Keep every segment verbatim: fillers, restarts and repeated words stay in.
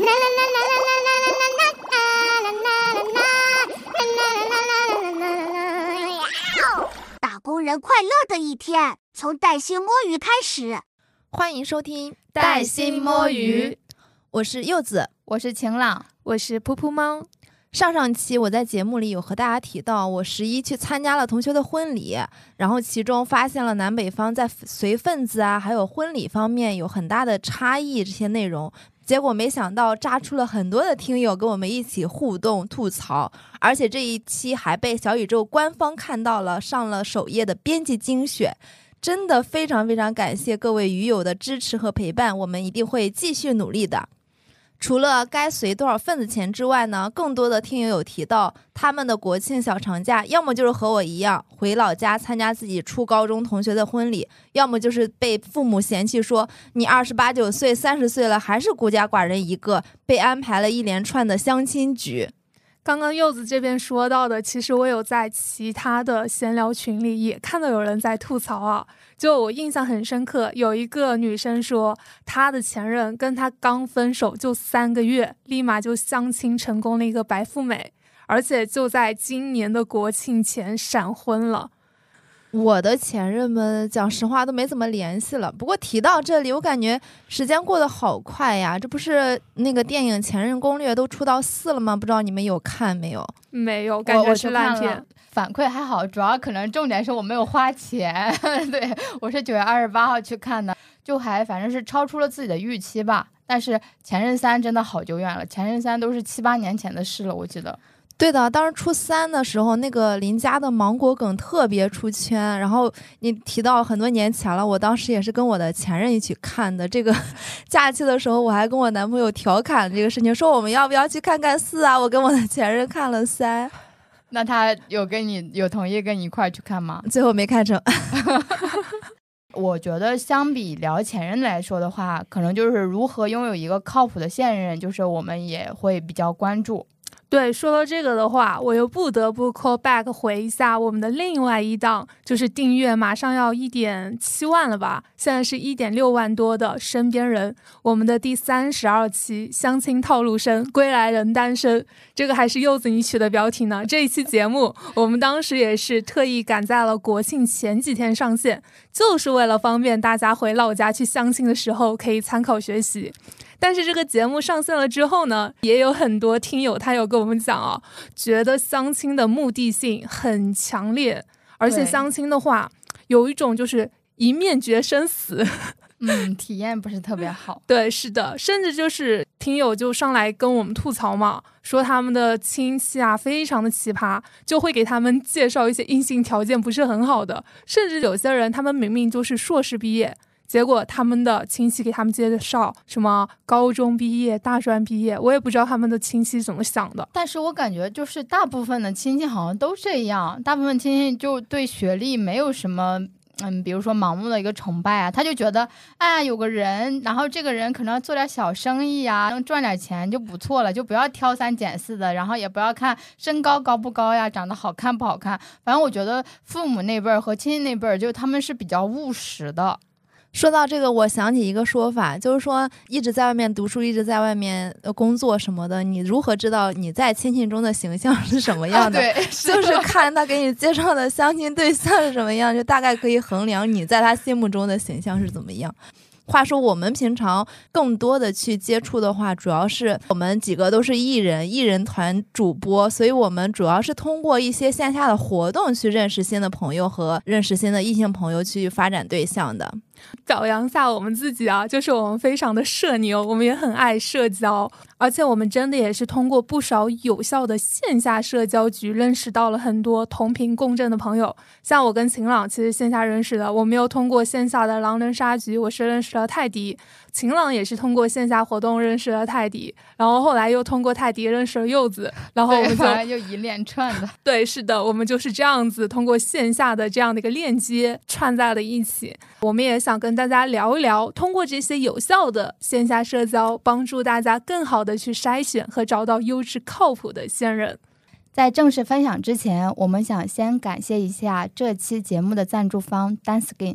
打工人快乐的一天，从带薪摸鱼开始。 欢迎收听带薪摸鱼， 我是柚子， 我是晴朗， 我是噗噗猫。 上上期我在节目里有和大家提到，我十一去参加了同学的婚礼，然后其中发现了南北方在随份子啊还有婚礼方面有很大的差异，这些内容结果没想到炸出了很多的听友跟我们一起互动吐槽，而且这一期还被小宇宙官方看到了，上了首页的编辑精选，真的非常非常感谢各位鱼友的支持和陪伴，我们一定会继续努力的。除了该随多少份子钱之外呢，更多的听友有提到他们的国庆小长假要么就是和我一样回老家参加自己初高中同学的婚礼，要么就是被父母嫌弃说你二十八九岁三十岁了还是孤家寡人一个，被安排了一连串的相亲局。 刚刚柚子这边说到的，其实我有在其他的闲聊群里也看到有人在吐槽啊。就我印象很深刻，有一个女生说她的前任跟她刚分手就三个月，立马就相亲成功了一个白富美，而且就在今年的国庆前闪婚了。 我的前任们讲实话都没怎么联系了，不过提到这里我感觉时间过得好快呀，这不是那个电影《前任攻略》都出到四了吗？不知道你们有看没有？ 没有，感觉是烂片。 反馈还好，主要可能重点是我没有花钱对，我是九月二十八号去看的，就还反正是超出了自己的预期吧。但是前任三真的好久远了，前任三都是七八年前的事了，我记得。 对的，当时初三的时候，那个林家的芒果梗特别出圈，然后你提到很多年前了，我当时也是跟我的前任一起看的。这个假期的时候，我还跟我男朋友调侃这个事情，说我们要不要去看看四啊？我跟我的前任看了三。 那他有跟你有同意跟你一块去看吗？ 最后没看成。 我觉得相比聊前任来说的话，可能就是如何拥有一个靠谱的现任，就是我们也会比较关注。 对，说到这个的话，我又不得不 call back 回一下我们的另外一档，就是订阅马上要 一点七万了吧，现在是 一点六万多的身边人，我们的第三十二期相亲套路深，归来人单身，这个还是柚子你取的标题呢。这一期节目我们当时也是特意赶在了国庆前几天上线，就是为了方便大家回老家去相亲的时候可以参考学习。但是这个节目上线了之后呢，也有很多听友他有跟我们讲啊，觉得相亲的目的性很强烈，而且相亲的话有一种就是一面决生死。 嗯，体验不是特别好。 对，是的，甚至就是听友就上来跟我们吐槽嘛，说他们的亲戚啊非常的奇葩，就会给他们介绍一些硬性条件不是很好的，甚至有些人他们明明就是硕士毕业，结果他们的亲戚给他们介绍什么高中毕业大专毕业，我也不知道他们的亲戚怎么想的。 但是我感觉就是大部分的亲戚好像都这样，大部分亲戚就对学历没有什么嗯，比如说盲目的一个崇拜啊，他就觉得哎，有个人，然后这个人可能做点小生意啊，能赚点钱就不错了，就不要挑三拣四的，然后也不要看身高高不高呀，长得好看不好看。反正我觉得父母那辈儿和亲戚那辈儿，就他们是比较务实的。 说到这个，我想起一个说法，就是说一直在外面读书，一直在外面工作什么的，你如何知道你在亲戚中的形象是什么样的？ 啊、对， 就是看他给你介绍的相亲对象是什么样，就大概可以衡量你在他心目中的形象是怎么样。话说我们平常更多的去接触的话，主要是我们几个都是艺人艺人团主播，所以我们主要是通过一些线下的活动去认识新的朋友和认识新的异性朋友去发展对象的。 表扬下我们自己啊，就是我们非常的社牛，我们也很爱社交，而且我们真的也是通过不少有效的线下社交局认识到了很多同频共振的朋友。像我跟晴朗其实线下认识的，我们又通过线下的狼人杀局我是认识了泰迪，晴朗也是通过线下活动认识了泰迪，然后后来又通过泰迪认识了柚子，然后我们就就一连串的。 对，是的，我们就是这样子通过线下的这样的一个链接串在了一起。我们也想跟大家聊一聊，通过这些有效的线下社交，帮助大家更好的去筛选和找到优质靠谱的现任。 在正式分享之前，我们想先感谢一下这期节目的赞助方 Danskin。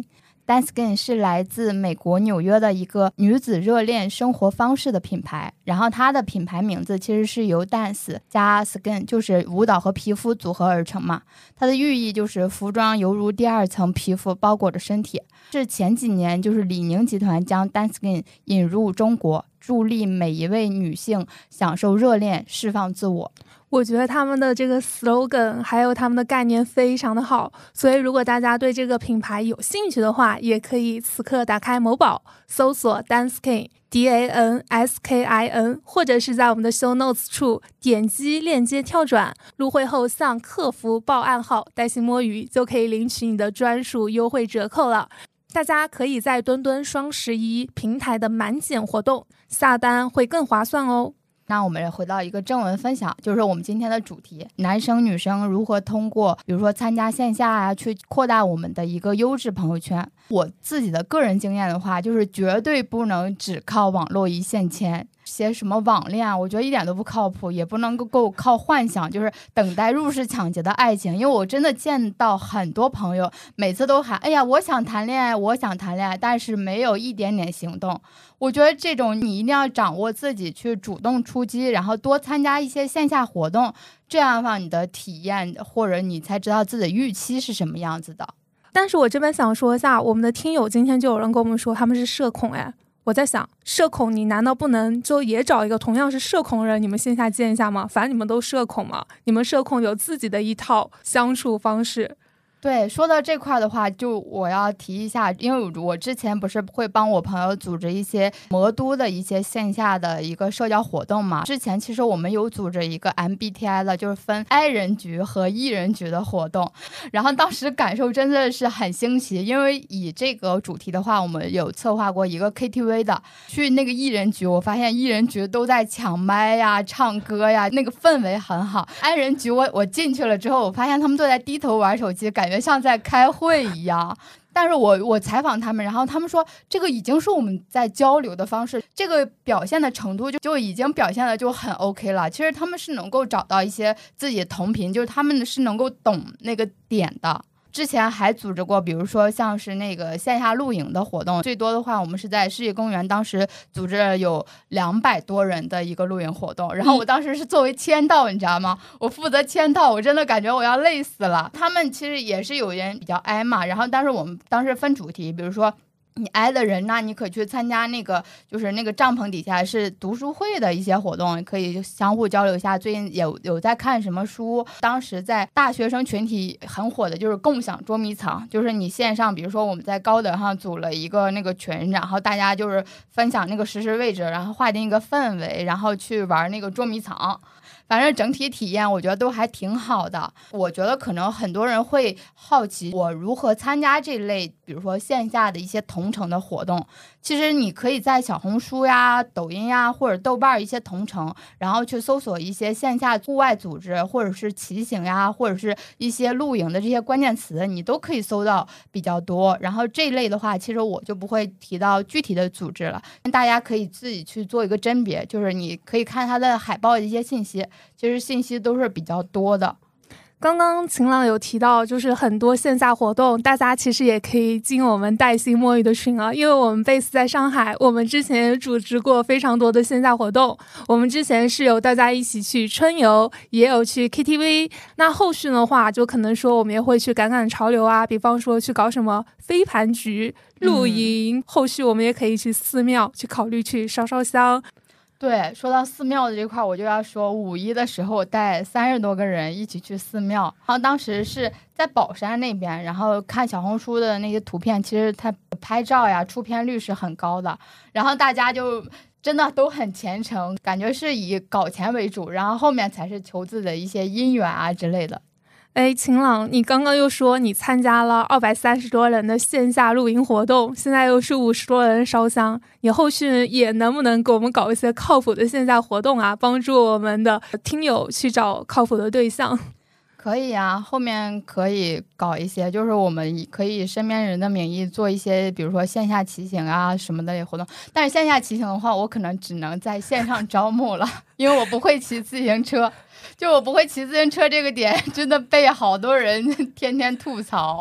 Danskin 是来自美国纽约的一个女子热恋生活方式的品牌，然后它的品牌名字其实是由 dance 加 skin， 就是舞蹈和皮肤组合而成嘛。它的寓意就是服装犹如第二层皮肤包裹着身体。是前几年就是李宁集团将 Danskin 引入中国，助力每一位女性享受热恋，释放自我。 我觉得他们的这个 slogan 还有他们的概念非常的好，所以如果大家对这个品牌有兴趣的话，也可以此刻打开某宝搜索 Danskin D A N S K I N， 或者是在我们的 show notes 处点击链接跳转，入会后向客服报暗号带薪摸鱼，就可以领取你的专属优惠折扣了。大家可以在墩墩双十一平台的满减活动下单会更划算哦。 那我们回到一个正文分享，就是我们今天的主题，男生女生如何通过比如说参加线下啊，去扩大我们的一个优质朋友圈。我自己的个人经验的话，就是绝对不能只靠网络一线牵，些什么网恋啊，我觉得一点都不靠谱，也不能够靠幻想，就是等待入室抢劫的爱情。因为我真的见到很多朋友每次都喊哎呀我想谈恋爱我想谈恋爱，但是没有一点点行动。我觉得这种你一定要掌握自己去主动出击，然后多参加一些线下活动，这样的话你的体验或者你才知道自己的预期是什么样子的。 但是我这边想说一下，我们的听友今天就有人跟我们说他们是社恐，哎，我在想社恐你难道不能就也找一个同样是社恐人你们线下见一下吗？反正你们都社恐嘛，你们社恐有自己的一套相处方式。 对，说到这块的话，就我要提一下，因为我之前不是会帮我朋友组织一些魔都的一些线下的一个社交活动嘛。之前其实我们有组织一个 M B T I 的，就是分 I 人局和 E 人局的活动，然后当时感受真的是很新奇，因为以这个主题的话，我们有策划过一个 K T V 的，去那个 E 人局，我发现 E 人局都在抢麦呀、唱歌呀，那个氛围很好。I 人局我我进去了之后，我发现他们都在低头玩手机，感觉像在开会一样。但是我我采访他们，然后他们说这个已经是我们在交流的方式，这个表现的程度就就已经表现的就很 OK 了。其实他们是能够找到一些自己的同频，就是他们是能够懂那个点的。之前还组织过比如说像是那个线下露营的活动，最多的话我们是在世纪公园，当时组织了有两百多人的一个露营活动，然后我当时是作为签到，你知道吗？我负责签到，我真的感觉我要累死了。他们其实也是有人比较挨嘛，然后但是我们当时分主题，比如说你挨的人呢，你可以去参加那个就是那个帐篷底下是读书会的一些活动，可以相互交流一下最近有有在看什么书。当时在大学生群体很火的就是共享捉迷藏，就是你线上比如说我们在高德上组了一个那个群，然后大家就是分享那个实时位置，然后划定一个氛围，然后去玩那个捉迷藏。反正整体体验我觉得都还挺好的。我觉得可能很多人会好奇我如何参加这类比如说线下的一些同城的活动。其实你可以在小红书呀、抖音呀或者豆瓣一些同城，然后去搜索一些线下户外组织或者是骑行呀或者是一些露营的这些关键词，你都可以搜到比较多。然后这一类的话其实我就不会提到具体的组织了，大家可以自己去做一个甄别，就是你可以看它的海报的一些信息，其实信息都是比较多的。 刚刚晴朗有提到就是很多线下活动，大家其实也可以进我们带薪摸鱼的群啊，因为我们 base 在上海，我们之前也组织过非常多的线下活动。我们之前是有大家一起去春游，也有去 K T V， 那后续的话就可能说我们也会去赶赶潮流啊，比方说去搞什么飞盘局、露营、嗯、后续我们也可以去寺庙去考虑去烧烧香。 对，说到寺庙的这块，我就要说五一的时候我带三十多个人一起去寺庙，然后当时是在宝山那边，然后看小红书的那些图片，其实它拍照呀出片率是很高的，然后大家就真的都很虔诚，感觉是以搞钱为主，然后后面才是求自己的一些姻缘啊之类的。 哎，晴朗，你刚刚又说你参加了二百三十多人的线下露营活动，现在又是五十多人烧香，你后续也能不能给我们搞一些靠谱的线下活动啊，帮助我们的听友去找靠谱的对象？ 可以啊，后面可以搞一些，就是我们可以身边人的名义做一些比如说线下骑行啊什么的活动，但是线下骑行的话我可能只能在线上招募了，因为我不会骑自行车，就我不会骑自行车这个点真的被好多人天天吐槽。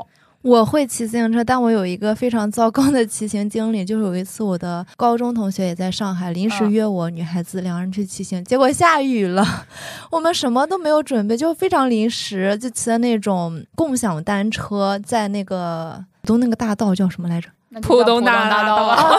我会骑自行车，但我有一个非常糟糕的骑行经历，就是有一次我的高中同学也在上海，临时约我、嗯、女孩子两人去骑行，结果下雨了，我们什么都没有准备，就非常临时，就骑的那种共享单车，在那个浦东那个大道叫什么来着？ 浦东大道。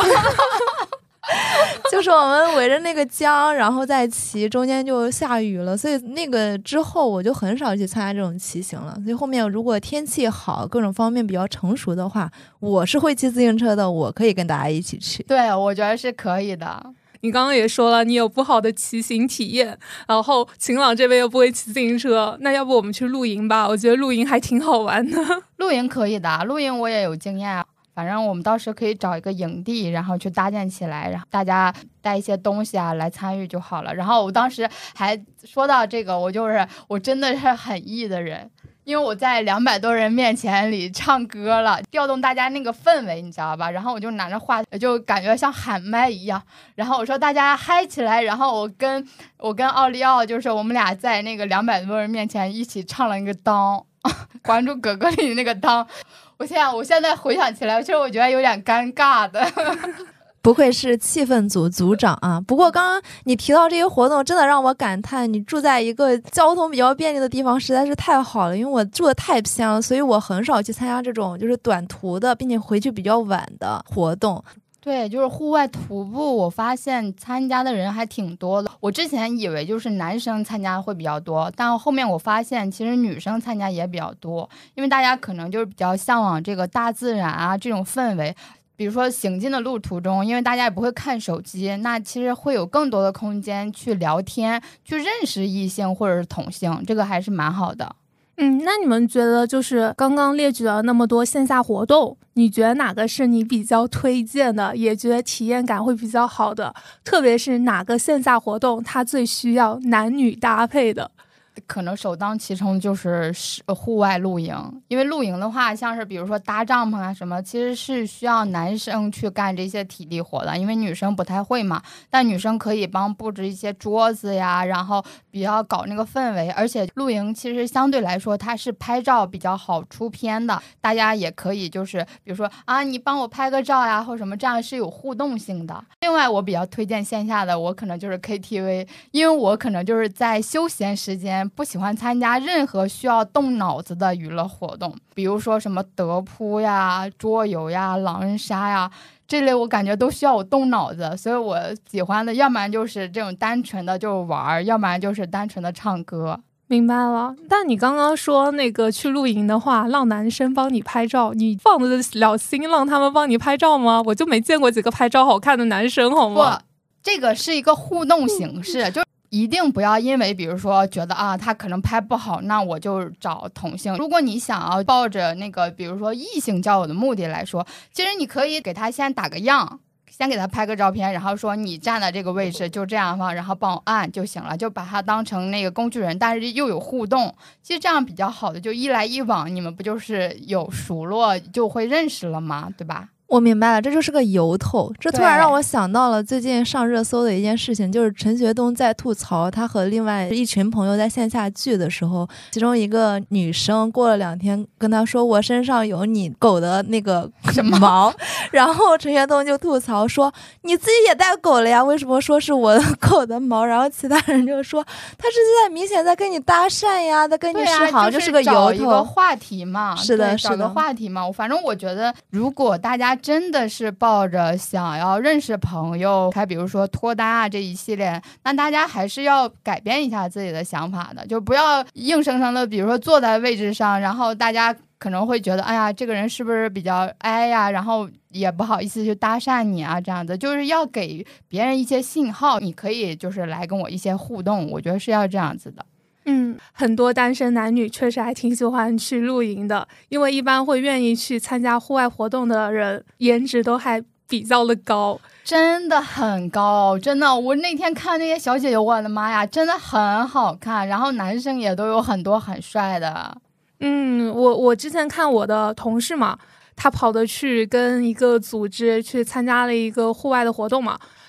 就是我们围着那个江然后再骑，中间就下雨了，所以那个之后我就很少去参加这种骑行了。所以后面如果天气好，各种方面比较成熟的话，我是会骑自行车的，我可以跟大家一起去。 对，我觉得是可以的。 你刚刚也说了你有不好的骑行体验，然后晴朗这边又不会骑自行车，那要不我们去露营吧，我觉得露营还挺好玩的。 露营可以的，露营我也有经验啊。反正我们到时可以找一个营地，然后去搭建起来，然后大家带一些东西啊来参与就好了。然后我当时还说到这个，我就是我真的是很 E 的人，因为我在两百多人面前里唱歌了，调动大家那个氛围，你知道吧？然后我就拿着话，就感觉像喊麦一样。然后我说大家嗨起来，然后我跟我跟奥利奥，就是我们俩在那个两百多人面前一起唱了一个当，还珠格格里那个当。我现在我现在回想起来，其实我觉得有点尴尬的。 不愧是气氛组组长啊！不过刚刚你提到这些活动，真的让我感叹，你住在一个交通比较便利的地方，实在是太好了。因为我住的太偏了，所以我很少去参加这种就是短途的，并且回去比较晚的活动。 对，就是户外徒步，我发现参加的人还挺多的。我之前以为就是男生参加会比较多，但后面我发现其实女生参加也比较多，因为大家可能就是比较向往这个大自然啊这种氛围。比如说行进的路途中，因为大家也不会看手机，那其实会有更多的空间去聊天，去认识异性或者是同性，这个还是蛮好的。 嗯，那你们觉得就是刚刚列举了那么多线下活动，你觉得哪个是你比较推荐的，也觉得体验感会比较好的？特别是哪个线下活动它最需要男女搭配的？ 可能首当其冲就是户外露营，因为露营的话，像是比如说搭帐篷啊什么，其实是需要男生去干这些体力活的，因为女生不太会嘛。但女生可以帮布置一些桌子呀，然后比较搞那个氛围。而且露营其实相对来说它是拍照比较好出片的，大家也可以就是比如说啊，你帮我拍个照呀，或什么，这样是有互动性的。另外我比较推荐线下的，我可能就是 K T V， 因为我可能就是在休闲时间不喜欢参加任何需要动脑子的娱乐活动，比如说什么德扑呀、桌游呀、狼人杀呀这类，我感觉都需要我动脑子，所以我喜欢的要不然就是这种单纯的就玩，要不然就是单纯的唱歌。 明白了。但你刚刚说那个去露营的话让男生帮你拍照，你放得了心让他们帮你拍照吗？我就没见过几个拍照好看的男生好吗？ 不，这个是一个互动形式，就一定不要因为比如说觉得啊他可能拍不好，那我就找同性。如果你想要抱着那个比如说异性交友的目的来说，其实你可以给他先打个样，先给他拍个照片，然后说你站的这个位置就这样放，然后帮我按就行了，就把他当成那个工具人，但是又有互动，其实这样比较好的，就一来一往，你们不就是有熟络就会认识了吗？对吧？ 我明白了，这就是个由头。这突然让我想到了最近上热搜的一件事情，就是陈学冬在吐槽他和另外一群朋友在线下聚的时候，其中一个女生过了两天跟他说我身上有你狗的那个毛，然后陈学冬就吐槽说你自己也带狗了呀，为什么说是我的狗的毛？然后其他人就说他是在明显在跟你搭讪呀，在跟你示好， 就是个由头， 找一个话题嘛。 是的， 找个话题嘛。反正我觉得如果大家真的是抱着想要认识朋友，还比如说脱单啊这一系列，那大家还是要改变一下自己的想法的，就不要硬生生的比如说坐在位置上，然后大家可能会觉得哎呀这个人是不是比较矮呀，然后也不好意思去搭讪你啊，这样子就是要给别人一些信号，你可以就是来跟我一些互动，我觉得是要这样子的。 嗯，很多单身男女确实还挺喜欢去露营的，因为一般会愿意去参加户外活动的人颜值都还比较的高， 真的很高，真的。我那天看那些小姐姐，我的妈呀，真的很好看，然后男生也都有很多很帅的。 嗯，我我之前看我的同事嘛，他跑的去跟一个组织去参加了一个户外的活动嘛，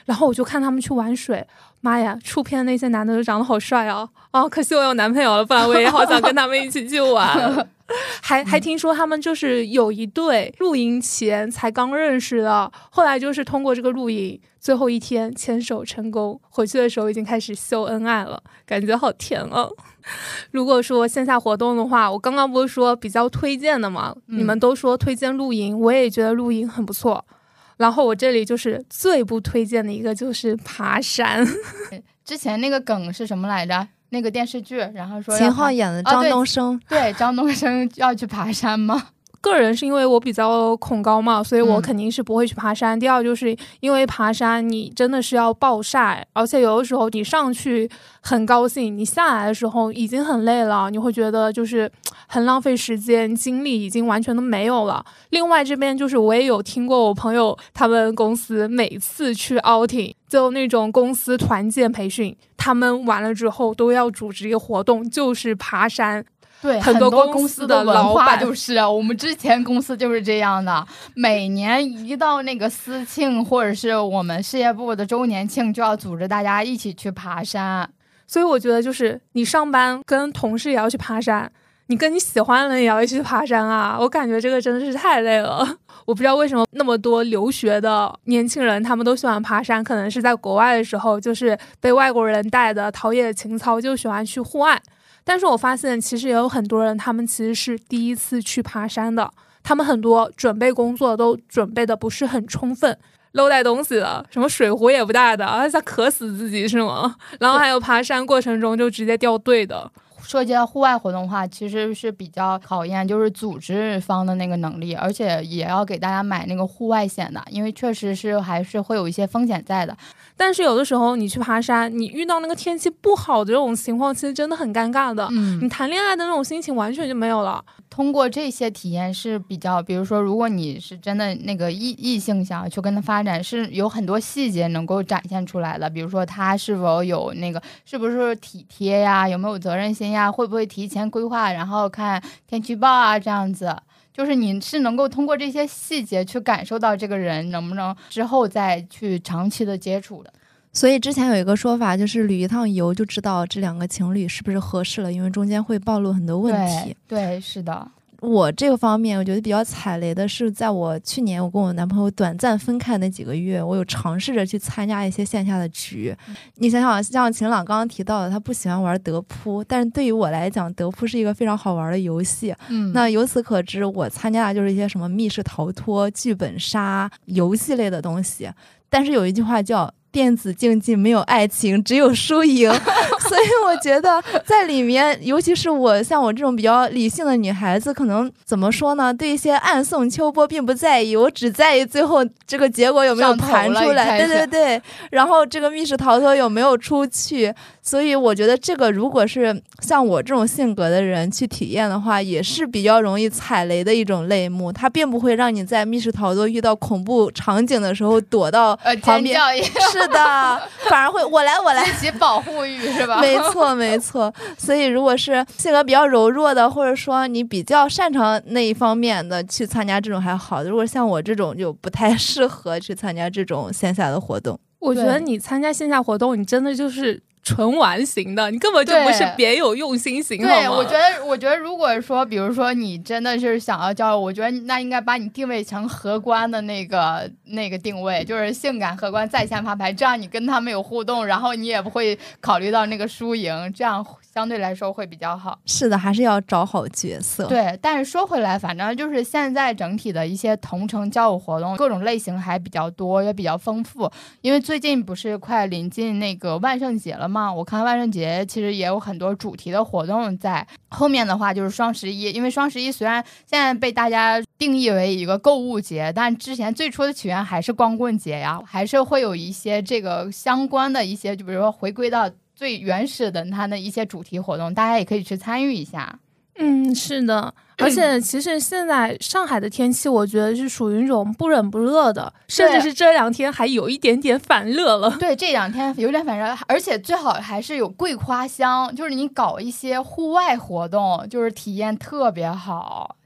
然后我就看他们去玩水，妈呀，出片的那些男的都长得好帅啊！哦，可惜我有男朋友了，不然我也好想跟他们一起去玩。还还听说他们就是有一对露营前才刚认识的，后来就是通过这个露营，最后一天牵手成功，回去的时候已经开始秀恩爱了，感觉好甜啊！如果说线下活动的话，我刚刚不是说比较推荐的吗？嗯、你们都说推荐露营，我也觉得露营很不错。然后我这里就是最不推荐的一个就是爬山。 之前那个梗是什么来着？那个电视剧，然后说秦昊演的张东升、 哦、对, 对张东升要去爬山吗？ 个人是因为我比较恐高嘛，所以我肯定是不会去爬山、嗯、第二就是因为爬山你真的是要暴晒，而且有的时候你上去很高兴，你下来的时候已经很累了，你会觉得就是很浪费时间，精力已经完全都没有了。另外这边就是我也有听过我朋友他们公司每次去 outing 就那种公司团建培训，他们完了之后都要组织一个活动，就是爬山。 对， 很多公司的文化就是我们之前公司就是这样的，每年一到那个司庆或者是我们事业部的周年庆，就要组织大家一起去爬山。 所以我觉得就是你上班跟同事也要去爬山，你跟你喜欢的人也要一起去爬山啊！我感觉这个真的是太累了。我不知道为什么那么多留学的年轻人他们都喜欢爬山，可能是在国外的时候就是被外国人带的陶冶情操，就喜欢去户外。但是我发现其实也有很多人他们其实是第一次去爬山的，他们很多准备工作都准备的不是很充分，漏带东西的，什么水壶也不带的，而且渴死自己是吗？然后还有爬山过程中就直接掉队的。 涉及到户外活动的话，其实是比较考验就是组织方的那个能力，而且也要给大家买那个户外险的，因为确实是还是会有一些风险在的。 但是有的时候你去爬山，你遇到那个天气不好的这种情况，其实真的很尴尬的。嗯，你谈恋爱的那种心情完全就没有了。 通过这些体验是比较，比如说如果你是真的那个异异性想要去跟他发展，是有很多细节能够展现出来的，比如说他是否有那个是不是体贴呀，有没有责任心呀，会不会提前规划，然后看天气预报啊，这样子。就是你是能够通过这些细节去感受到这个人能不能之后再去长期的接触的。 所以之前有一个说法，就是旅一趟游就知道这两个情侣是不是合适了，因为中间会暴露很多问题。 对，对，是的。 我这个方面我觉得比较踩雷的是，在我去年我跟我男朋友短暂分开那几个月，我有尝试着去参加一些线下的局。嗯、你想想，像秦朗刚刚提到的，他不喜欢玩德扑，但是对于我来讲，德扑是一个非常好玩的游戏。嗯，那由此可知，我参加的就是一些什么密室逃脱、剧本杀、游戏类的东西。但是有一句话叫电子竞技没有爱情，只有输赢。所以我觉得在里面，尤其是我像我这种比较理性的女孩子，可能怎么说呢，对一些暗送秋波并不在意，我只在意最后这个结果有没有弹出来，对对对，然后这个密室逃脱有没有出去。所以我觉得这个如果是像我这种性格的人去体验的话，也是比较容易踩雷的一种类目。它并不会让你在密室逃脱遇到恐怖场景的时候躲到旁边， 呃、 是的，反而会我来我来自己保护欲是吧？ 没错没错。所以如果是性格比较柔弱的，或者说你比较擅长那一方面的去参加这种还好，如果像我这种就不太适合去参加这种线下的活动。 我觉得你参加线下活动，你真的就是纯玩型的，你根本就不是别有用心型。 对，我觉得，我觉得如果说，比如说你真的是想要交友，我觉得那应该把你定位成荷官的那个那个定位，就是性感荷官在线发牌，这样你跟他们有互动，然后你也不会考虑到那个输赢，这样相对来说会比较好。 是的，还是要找好角色。 对，但是说回来，反正就是现在整体的一些同城交友活动，各种类型还比较多，也比较丰富。因为最近不是快临近那个万圣节了吗？我看万圣节其实也有很多主题的活动在。后面的话就是双十一，因为双十一虽然现在被大家定义为一个购物节，但之前最初的起源还是光棍节呀，还是会有一些这个相关的一些，就比如说回归到最原始的它的一些主题活动，大家也可以去参与一下。 嗯，是的，而且其实现在上海的天气，我觉得是属于那种不冷不热的，甚至是这两天还有一点点反热了。 对，这两天有点反热，而且最好还是有桂花香，就是你搞一些户外活动，就是体验特别好。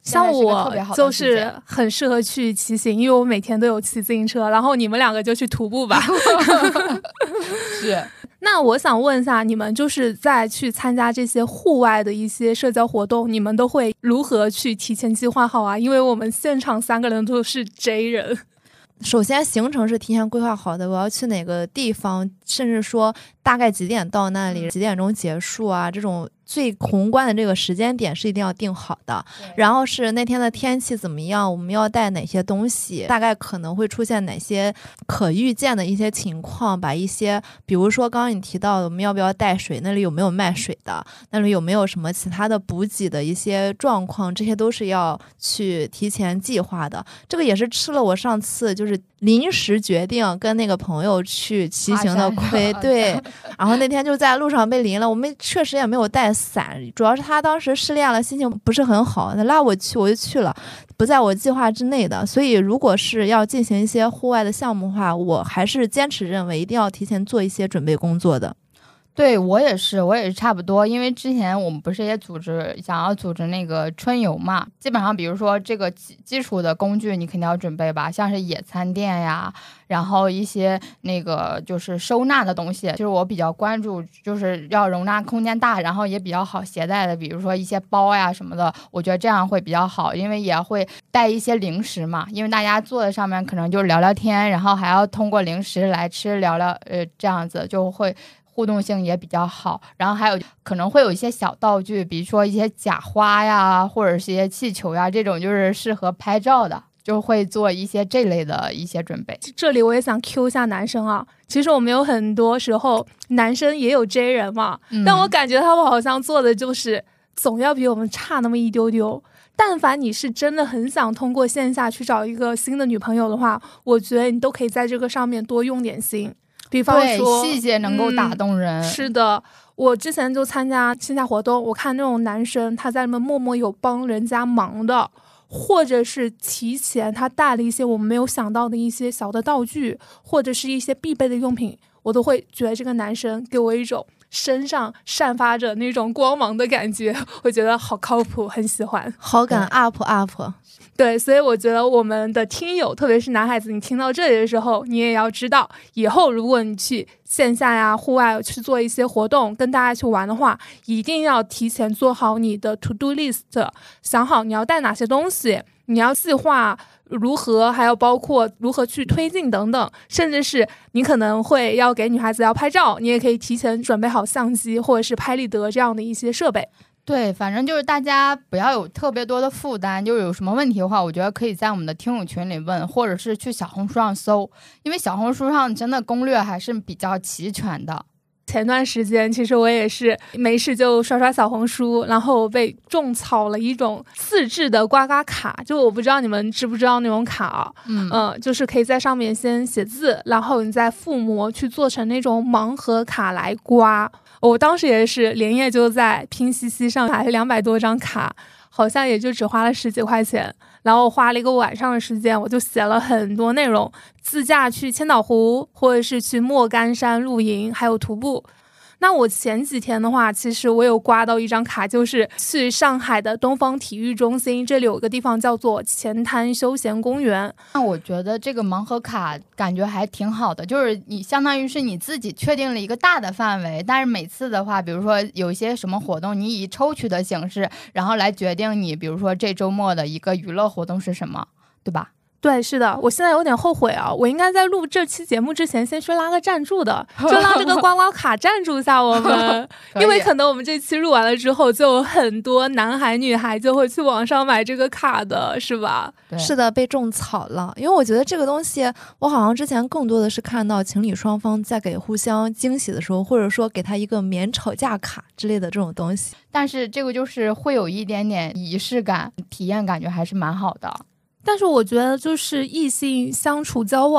像我就是现在是个特别好的时间很适合去骑行，因为我每天都有骑自行车，然后你们两个就去徒步吧。 是。 那我想问一下，你们就是在去参加这些户外的一些社交活动，你们都会如何去提前计划好啊？因为我们现场三个人都是 J 人。 首先行程是提前规划好的，我要去哪个地方，甚至说大概几点到那里，几点钟结束啊，这种最宏观的这个时间点是一定要定好的。然后是那天的天气怎么样，我们要带哪些东西，大概可能会出现哪些可预见的一些情况，把一些比如说刚刚你提到的我们要不要带水，那里有没有卖水的，那里有没有什么其他的补给的一些状况，这些都是要去提前计划的。这个也是吃了我上次就是临时决定跟那个朋友去骑行的亏，对，然后那天就在路上被淋了，我们确实也没有带伞，主要是他当时失恋了，心情不是很好，他拉我去我就去了，不在我计划之内的。所以如果是要进行一些户外的项目的话，我还是坚持认为一定要提前做一些准备工作的。 对，我也是，我也是差不多。因为之前我们不是也组织想要组织那个春游嘛，基本上比如说这个基基础的工具你肯定要准备吧，像是野餐垫呀，然后一些那个就是收纳的东西，就是我比较关注就是要容纳空间大，然后也比较好携带的，比如说一些包呀什么的，我觉得这样会比较好。因为也会带一些零食嘛，因为大家坐在上面可能就聊聊天，然后还要通过零食来吃聊聊，呃，这样子就会互动性也比较好。然后还有可能会有一些小道具，比如说一些假花呀，或者是一些气球呀，这种就是适合拍照的，就会做一些这类的一些准备。 这里我也想 Q 一下男生啊，其实我们有很多时候男生也有 J 人嘛、嗯、但我感觉他们好像做的就是总要比我们差那么一丢丢。但凡你是真的很想通过线下去找一个新的女朋友的话，我觉得你都可以在这个上面多用点心。比方说细节能够打动人、嗯、 是的，我之前就参加线下活动，我看那种男生他在那默默有帮人家忙的，或者是提前他带了一些我们没有想到的一些小的道具，或者是一些必备的用品，我都会觉得这个男生给我一种身上散发着那种光芒的感觉，我觉得好靠谱，很喜欢， 好感 up up。 对，所以我觉得我们的听友，特别是男孩子，你听到这里的时候，你也要知道，以后如果你去线下呀、户外去做一些活动，跟大家去玩的话，一定要提前做好你的 to do list， 想好你要带哪些东西，你要计划如何，还有包括如何去推进等等，甚至是你可能会要给女孩子要拍照，你也可以提前准备好相机或者是拍立得这样的一些设备。 对，反正就是大家不要有特别多的负担，就是有什么问题的话，我觉得可以在我们的听友群里问，或者是去小红书上搜，因为小红书上真的攻略还是比较齐全的。 前段时间其实我也是没事就刷刷小红书，然后被种草了一种自制的刮刮卡，就我不知道你们知不知道那种卡啊，嗯、呃，就是可以在上面先写字，然后你再附模去做成那种盲盒卡来刮。我当时也是连夜就在拼夕夕上买了两百多张卡，好像也就只花了十几块钱，然后花了一个晚上的时间，我就写了很多内容，自驾去千岛湖，或者是去莫干山露营，还有徒步。那我前几天的话，其实我有刮到一张卡，就是去上海的东方体育中心，这里有个地方叫做前滩休闲公园。 那我觉得这个盲盒卡感觉还挺好的，就是你相当于是你自己确定了一个大的范围，但是每次的话，比如说有一些什么活动，你以抽取的形式，然后来决定你比如说这周末的一个娱乐活动是什么，对吧？ 对，是的，我现在有点后悔啊，我应该在录这期节目之前先去拉个赞助的，就让这个刮刮卡赞助一下我们因为可能我们这期录完了之后，就有很多男孩女孩就会去网上买这个卡的，是吧？ 是的，被种草了。因为我觉得这个东西，我好像之前更多的是看到情侣双方在给互相惊喜的时候，或者说给他一个免吵架卡之类的这种东西， 但是这个就是会有一点点仪式感，体验感觉还是蛮好的。 但是我觉得就是异性相处交往，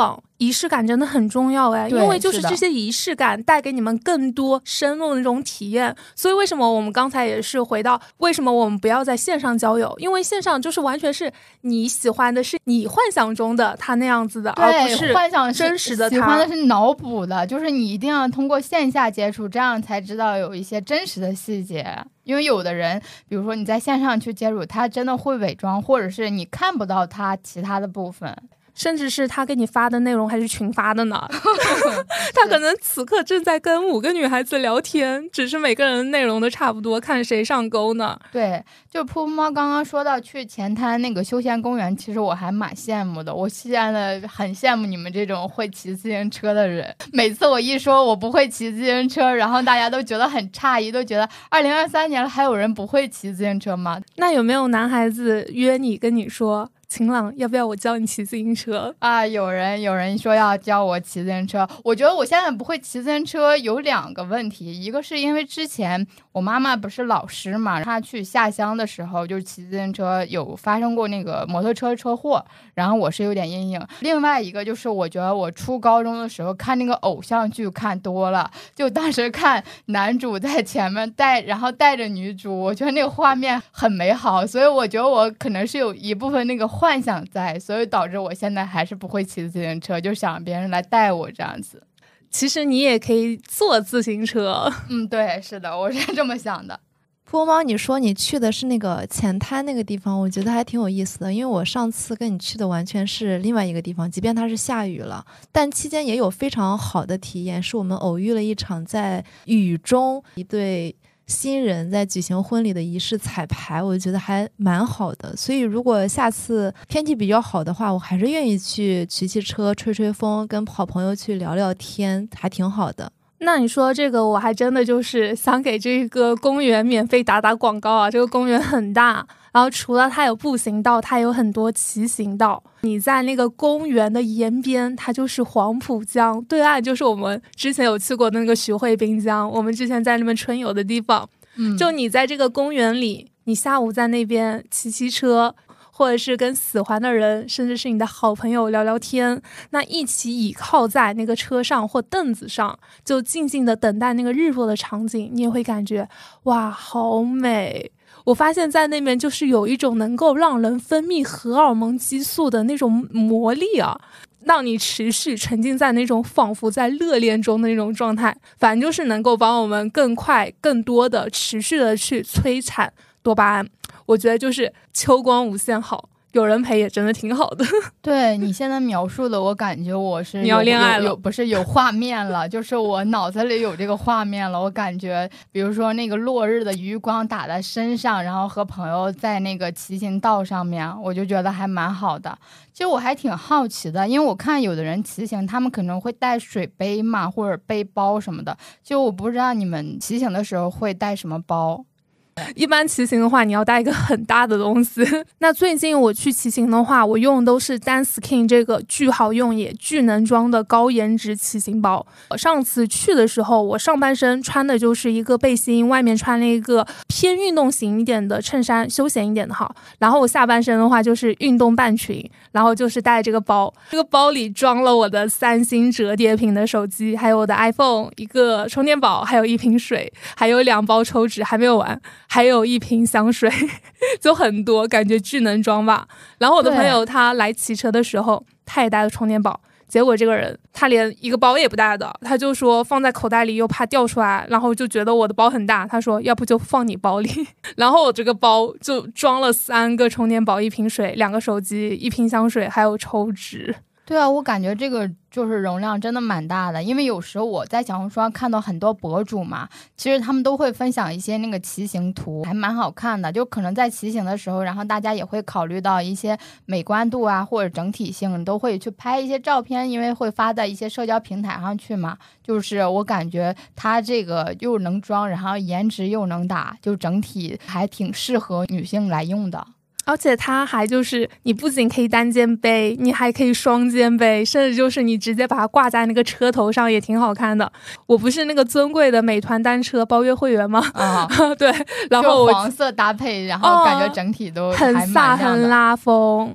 仪式感真的很重要哎，因为就是这些仪式感带给你们更多深入的那种体验。所以为什么我们刚才也是回到为什么我们不要在线上交友，因为线上就是完全是你喜欢的是你幻想中的他那样子的，而不是幻想真实的他。 喜欢的是脑补的，就是你一定要通过线下接触，这样才知道有一些真实的细节。因为有的人比如说你在线上去接触，他真的会伪装，或者是你看不到他其他的部分， 甚至是他给你发的内容还是群发的呢他可能此刻正在跟五个女孩子聊天，只是每个人内容都差不多，看谁上钩呢。 对，就噗噗猫刚刚说到去前滩那个休闲公园，其实我还蛮羡慕的，我现在很羡慕你们这种会骑自行车的人。每次我一说我不会骑自行车，然后大家都觉得很诧异，都觉得二零二三年了还有人不会骑自行车吗？ 那有没有男孩子约你跟你说晴朗要不要我教你骑自行车啊？有人有人说要教我骑自行车。我觉得我现在不会骑自行车有两个问题，一个是因为之前我妈妈不是老师嘛，她去下乡的时候就是骑自行车有发生过那个摩托车车祸，然后我是有点阴影。另外一个就是我觉得我初高中的时候看那个偶像剧看多了，就当时看男主在前面带然后带着女主，我觉得那个画面很美好，所以我觉得我可能是有一部分那个幻想在，所以导致我现在还是不会骑自行车，就想别人来带我这样子。 其实你也可以坐自行车。 嗯，对，是的，我是这么想的。 波猫，你说你去的是那个前滩那个地方，我觉得还挺有意思的，因为我上次跟你去的完全是另外一个地方，即便它是下雨了，但期间也有非常好的体验，是我们偶遇了一场在雨中一对新人在举行婚礼的仪式彩排，我觉得还蛮好的。所以如果下次天气比较好的话，我还是愿意去骑骑车吹吹风，跟好朋友去聊聊天，还挺好的。 那你说这个我还真的就是想给这个公园免费打打广告啊！这个公园很大，然后除了它有步行道，它有很多骑行道。你在那个公园的沿边，它就是黄浦江，对岸就是我们之前有去过的那个徐汇滨江，我们之前在那边春游的地方。 嗯， 就你在这个公园里，你下午在那边骑骑车，或者是跟喜欢的人，甚至是你的好朋友聊聊天，那一起倚靠在那个车上或凳子上，就静静的等待那个日落的场景，你也会感觉哇，好美。我发现在那边就是有一种能够让人分泌荷尔蒙激素的那种魔力啊，让你持续沉浸在那种仿佛在热恋中的那种状态，反正就是能够帮我们更快更多的持续的去催产多巴胺。我觉得就是秋光无限好，有人陪也真的挺好的。 对，你现在描述的我感觉我是你要恋爱了， 有有不是有画面了就是我脑子里有这个画面了。我感觉比如说那个落日的余光打在身上，然后和朋友在那个骑行道上面，我就觉得还蛮好的。其实我还挺好奇的，因为我看有的人骑行他们可能会带水杯嘛，或者背包什么的，就我不知道你们骑行的时候会带什么包。 一般骑行的话你要带一个很大的东西那最近我去骑行的话，我用的都是 Danskin 这个巨好用也巨能装的高颜值骑行包。上次去的时候，我上半身穿的就是一个背心，外面穿了一个偏运动型一点的衬衫，休闲一点的哈。然后我下半身的话就是运动半裙，然后就是带这个包，这个包里装了我的三星折叠屏的手机，还有我的 iPhone， 一个充电宝，还有一瓶水，还有两包抽纸还没有完，还有一瓶香水就很多，感觉巨能装吧。然后我的朋友他来骑车的时候，他也带了充电宝，结果这个人他连一个包也不带的，他就说放在口袋里又怕掉出来，然后就觉得我的包很大，他说要不就放你包里然后我这个包就装了三个充电宝，一瓶水，两个手机，一瓶香水，还有抽纸。 对啊，我感觉这个就是容量真的蛮大的，因为有时候我在小红书上看到很多博主嘛，其实他们都会分享一些那个骑行图，还蛮好看的。就可能在骑行的时候，然后大家也会考虑到一些美观度啊，或者整体性，都会去拍一些照片，因为会发在一些社交平台上去嘛。就是我感觉它这个又能装，然后颜值又能打，就整体还挺适合女性来用的。 而且它还就是你不仅可以单肩背，你还可以双肩背，甚至就是你直接把它挂在那个车头上也挺好看的。我不是那个尊贵的美团单车包月会员吗？啊，对，然后就黄色搭配，然后感觉整体都还很飒很拉风。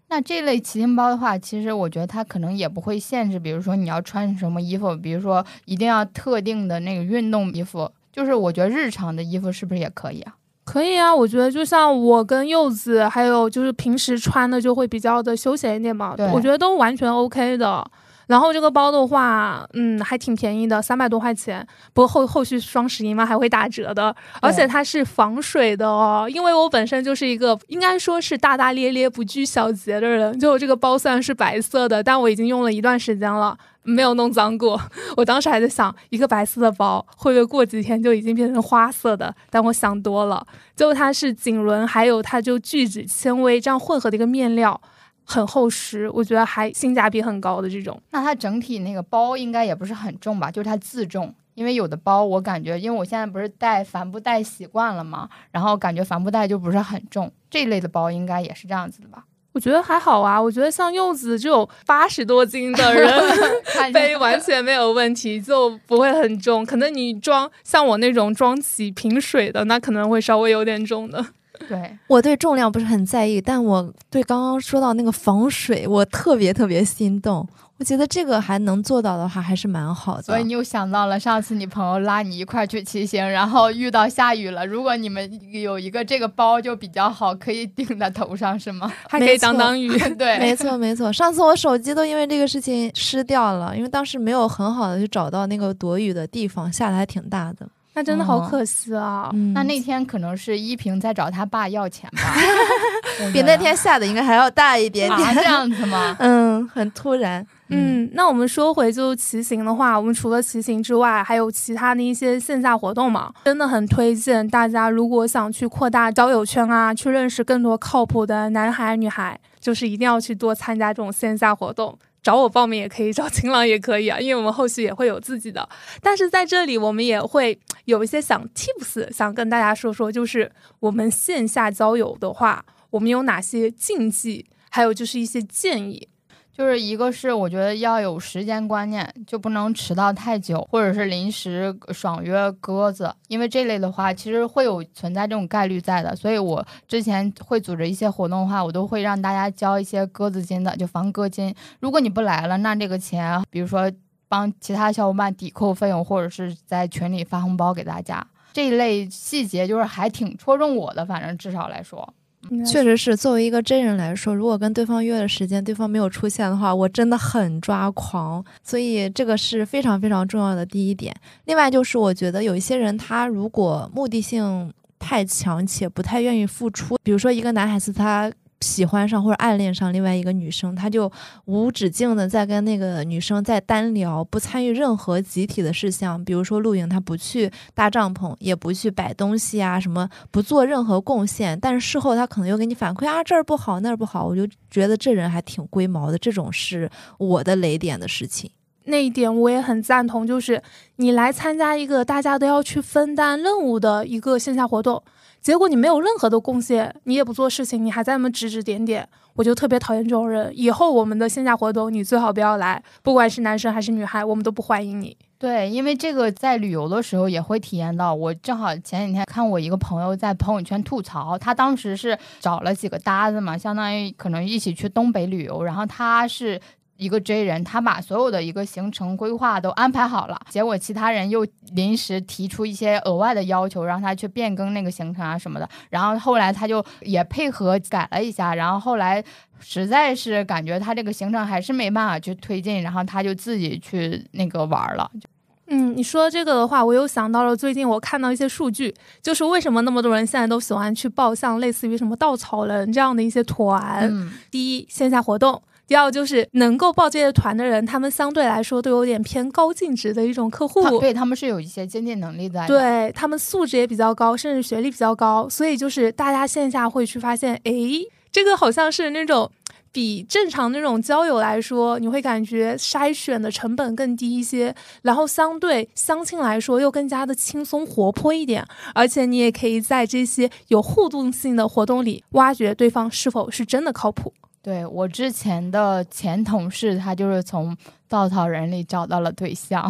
那这类骑行包的话，其实我觉得它可能也不会限制，比如说你要穿什么衣服，比如说一定要特定的那个运动衣服，就是我觉得日常的衣服是不是也可以啊？ 可以啊，我觉得就像我跟柚子，还有就是平时穿的就会比较的休闲一点嘛，我觉得都完全 OK 的。然后这个包的话，嗯，还挺便宜的，三百多块钱。不过后后续双十一嘛还会打折的，而且它是防水的哦。因为我本身就是一个应该说是大大咧咧、不拘小节的人，就我这个包虽然是白色的，但我已经用了一段时间了，没有弄脏过。我当时还在想，一个白色的包会不会过几天就已经变成花色的？但我想多了，就它是锦纶，还有它就聚酯纤维这样混合的一个面料。很厚实，我觉得还性价比很高的这种。 那它整体那个包应该也不是很重吧？就是它自重，因为有的包我感觉，因为我现在不是带帆布袋习惯了嘛，然后感觉帆布袋就不是很重，这一类的包应该也是这样子的吧？ 我觉得还好啊，我觉得像柚子这种八十多斤的人背完全没有问题，就不会很重。可能你装像我那种装起瓶水的，那可能会稍微有点重的。 对， 我对重量不是很在意，但我对刚刚说到那个防水我特别特别心动，我觉得这个还能做到的话还是蛮好的。 所以你又想到了上次你朋友拉你一块去骑行，然后遇到下雨了，如果你们有一个这个包就比较好，可以顶在头上是吗？ 还可以挡挡雨。 对， 没错没错，上次我手机都因为这个事情湿掉了，因为当时没有很好的去找到那个躲雨的地方，下的还挺大的。 那真的好可惜啊、 嗯、 那那天可能是依萍在找他爸要钱吧比那天下的应该还要大一点点、 啊、这样子吗？ 嗯，很突然。 嗯，那我们说回就骑行的话，我们除了骑行之外还有其他的一些线下活动嘛，真的很推荐大家，如果想去扩大交友圈啊，去认识更多靠谱的男孩女孩，就是一定要去多参加这种线下活动。找我报名也可以，找晴朗也可以啊，因为我们后续也会有自己的。但是在这里我们也会有一些想 tips 想跟大家说说，就是我们线下交友的话，我们有哪些禁忌，还有就是一些建议。 就是一个是我觉得要有时间观念，就不能迟到太久，或者是临时爽约鸽子，因为这类的话其实会有存在这种概率在的，所以我之前会组织一些活动的话，我都会让大家交一些鸽子金的，就防鸽金。如果你不来了，那这个钱比如说帮其他小伙伴抵扣费用，或者是在群里发红包给大家，这一类细节就是还挺戳中我的，反正至少来说确实是，作为一个真人来说，如果跟对方约了时间，对方没有出现的话，我真的很抓狂，所以这个是非常非常重要的第一点。另外就是我觉得有一些人他如果目的性太强且不太愿意付出，比如说一个男孩子他喜欢上或者暗恋上另外一个女生，他就无止境的在跟那个女生在单聊，不参与任何集体的事项，比如说露营他不去搭帐篷，也不去摆东西啊什么，不做任何贡献，但是事后他可能又给你反馈啊这儿不好那儿不好，我就觉得这人还挺龟毛的，这种是我的雷点的事情。 那一点我也很赞同，就是你来参加一个大家都要去分担任务的一个线下活动，结果你没有任何的贡献，你也不做事情，你还在那么指指点点，我就特别讨厌这种人。以后我们的线下活动你最好不要来，不管是男生还是女孩，我们都不欢迎你。 对，因为这个在旅游的时候也会体验到，我正好前几天看我一个朋友在朋友圈吐槽，他当时是找了几个搭子嘛，相当于可能一起去东北旅游，然后他是一个 J 人，他把所有的一个行程规划都安排好了，结果其他人又临时提出一些额外的要求，让他去变更那个行程啊什么的，然后后来他就也配合改了一下，然后后来实在是感觉他这个行程还是没办法去推进，然后他就自己去那个玩了。 嗯，你说这个的话，我又想到了最近我看到一些数据，就是为什么那么多人现在都喜欢去报像类似于什么稻草人这样的一些团、嗯、第一线下活动，第二就是能够报这些团的人，他们相对来说都有点偏高净值的一种客户， 对，他们是有一些经济能力在的， 对，他们素质也比较高，甚至学历比较高，所以就是大家线下会去发现，诶，这个好像是那种比正常那种交友来说，你会感觉筛选的成本更低一些，然后相对相亲来说又更加的轻松活泼一点，而且你也可以在这些有互动性的活动里挖掘对方是否是真的靠谱。 对，我之前的前同事他就是从稻草人里找到了对象，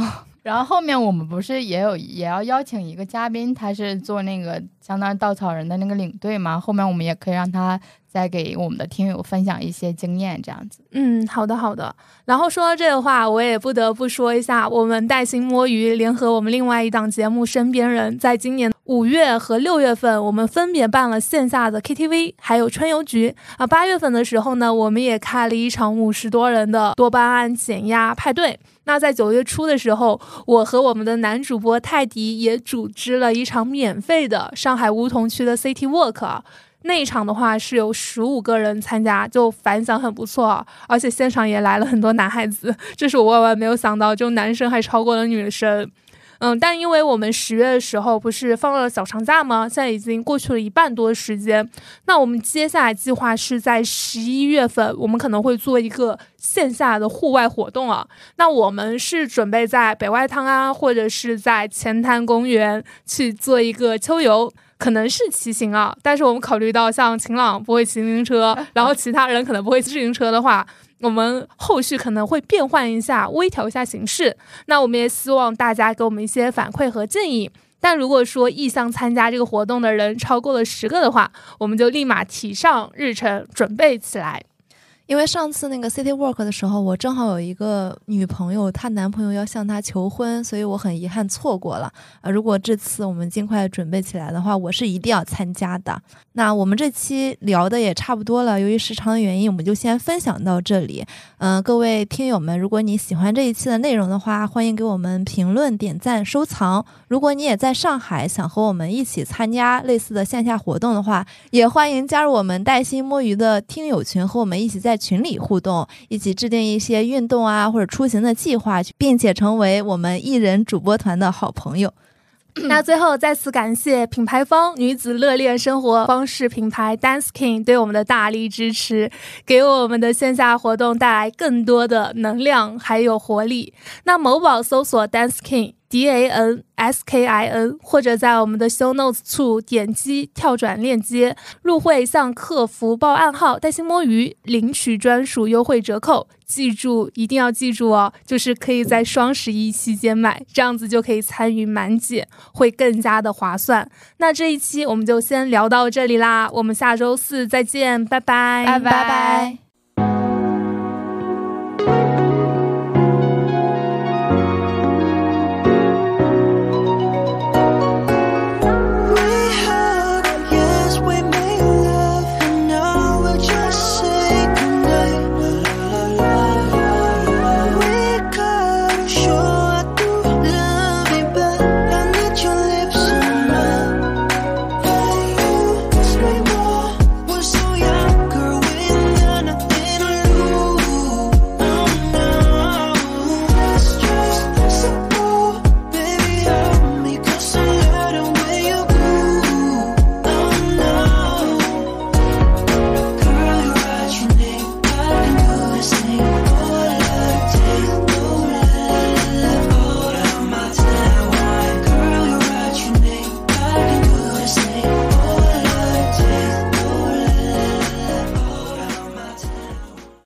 然后后面我们不是也有也要邀请一个嘉宾，他是做那个相当于稻草人的那个领队嘛，后面我们也可以让他再给我们的听友分享一些经验这样子。 嗯，好的好的。然后说到这个话，我也不得不说一下，我们带薪摸鱼联合我们另外一档节目身边人，在今年五月和六月份，我们分别办了线下的 K T V 还有春游局啊。八月份的时候呢，我们也开了一场五十多人的多巴胺减压派对。那在九月初的时候，我和我们的男主播泰迪也组织了一场免费的上海梧桐区的 City Walk。那一场的话是有十五个人参加，就反响很不错，而且现场也来了很多男孩子，这是我万万没有想到，就男生还超过了女生。嗯，但因为我们十月的时候不是放了小长假吗？现在已经过去了一半多时间。那我们接下来计划是在十一月份，我们可能会做一个线下的户外活动啊。那我们是准备在北外滩啊，或者是在前滩公园去做一个秋游。可能是骑行啊，但是我们考虑到像晴朗不会骑自行车，然后其他人可能不会骑自行车的话，我们后续可能会变换一下，微调一下形式。那我们也希望大家给我们一些反馈和建议。但如果说意向参加这个活动的人超过了十个的话，我们就立马提上日程，准备起来。 因为上次那个 City Walk 的时候，我正好有一个女朋友，她男朋友要向她求婚，所以我很遗憾错过了。呃，如果这次我们尽快准备起来的话，我是一定要参加的。那我们这期聊的也差不多了，由于时长的原因，我们就先分享到这里。嗯、呃，各位听友们，如果你喜欢这一期的内容的话，欢迎给我们评论、点赞、收藏。如果你也在上海，想和我们一起参加类似的线下活动的话，也欢迎加入我们带薪摸鱼的听友群，和我们一起在群里互动，一起制定一些运动啊或者出行的计划，并且成为我们艺人主播团的好朋友。 那最后再次感谢品牌方女子乐恋生活方式品牌 Dansking 对我们的大力支持，给我们的线下活动带来更多的能量还有活力。那某宝搜索 Dansking D A N S K I N， 或者在我们的 show notes 处点击跳转链接入会，向客服报暗号带薪摸鱼，领取专属优惠折扣。记住，一定要记住哦，就是可以在双十一期间买，这样子就可以参与满减，会更加的划算。那这一期我们就先聊到这里啦，我们下周四再见，拜拜， 拜拜。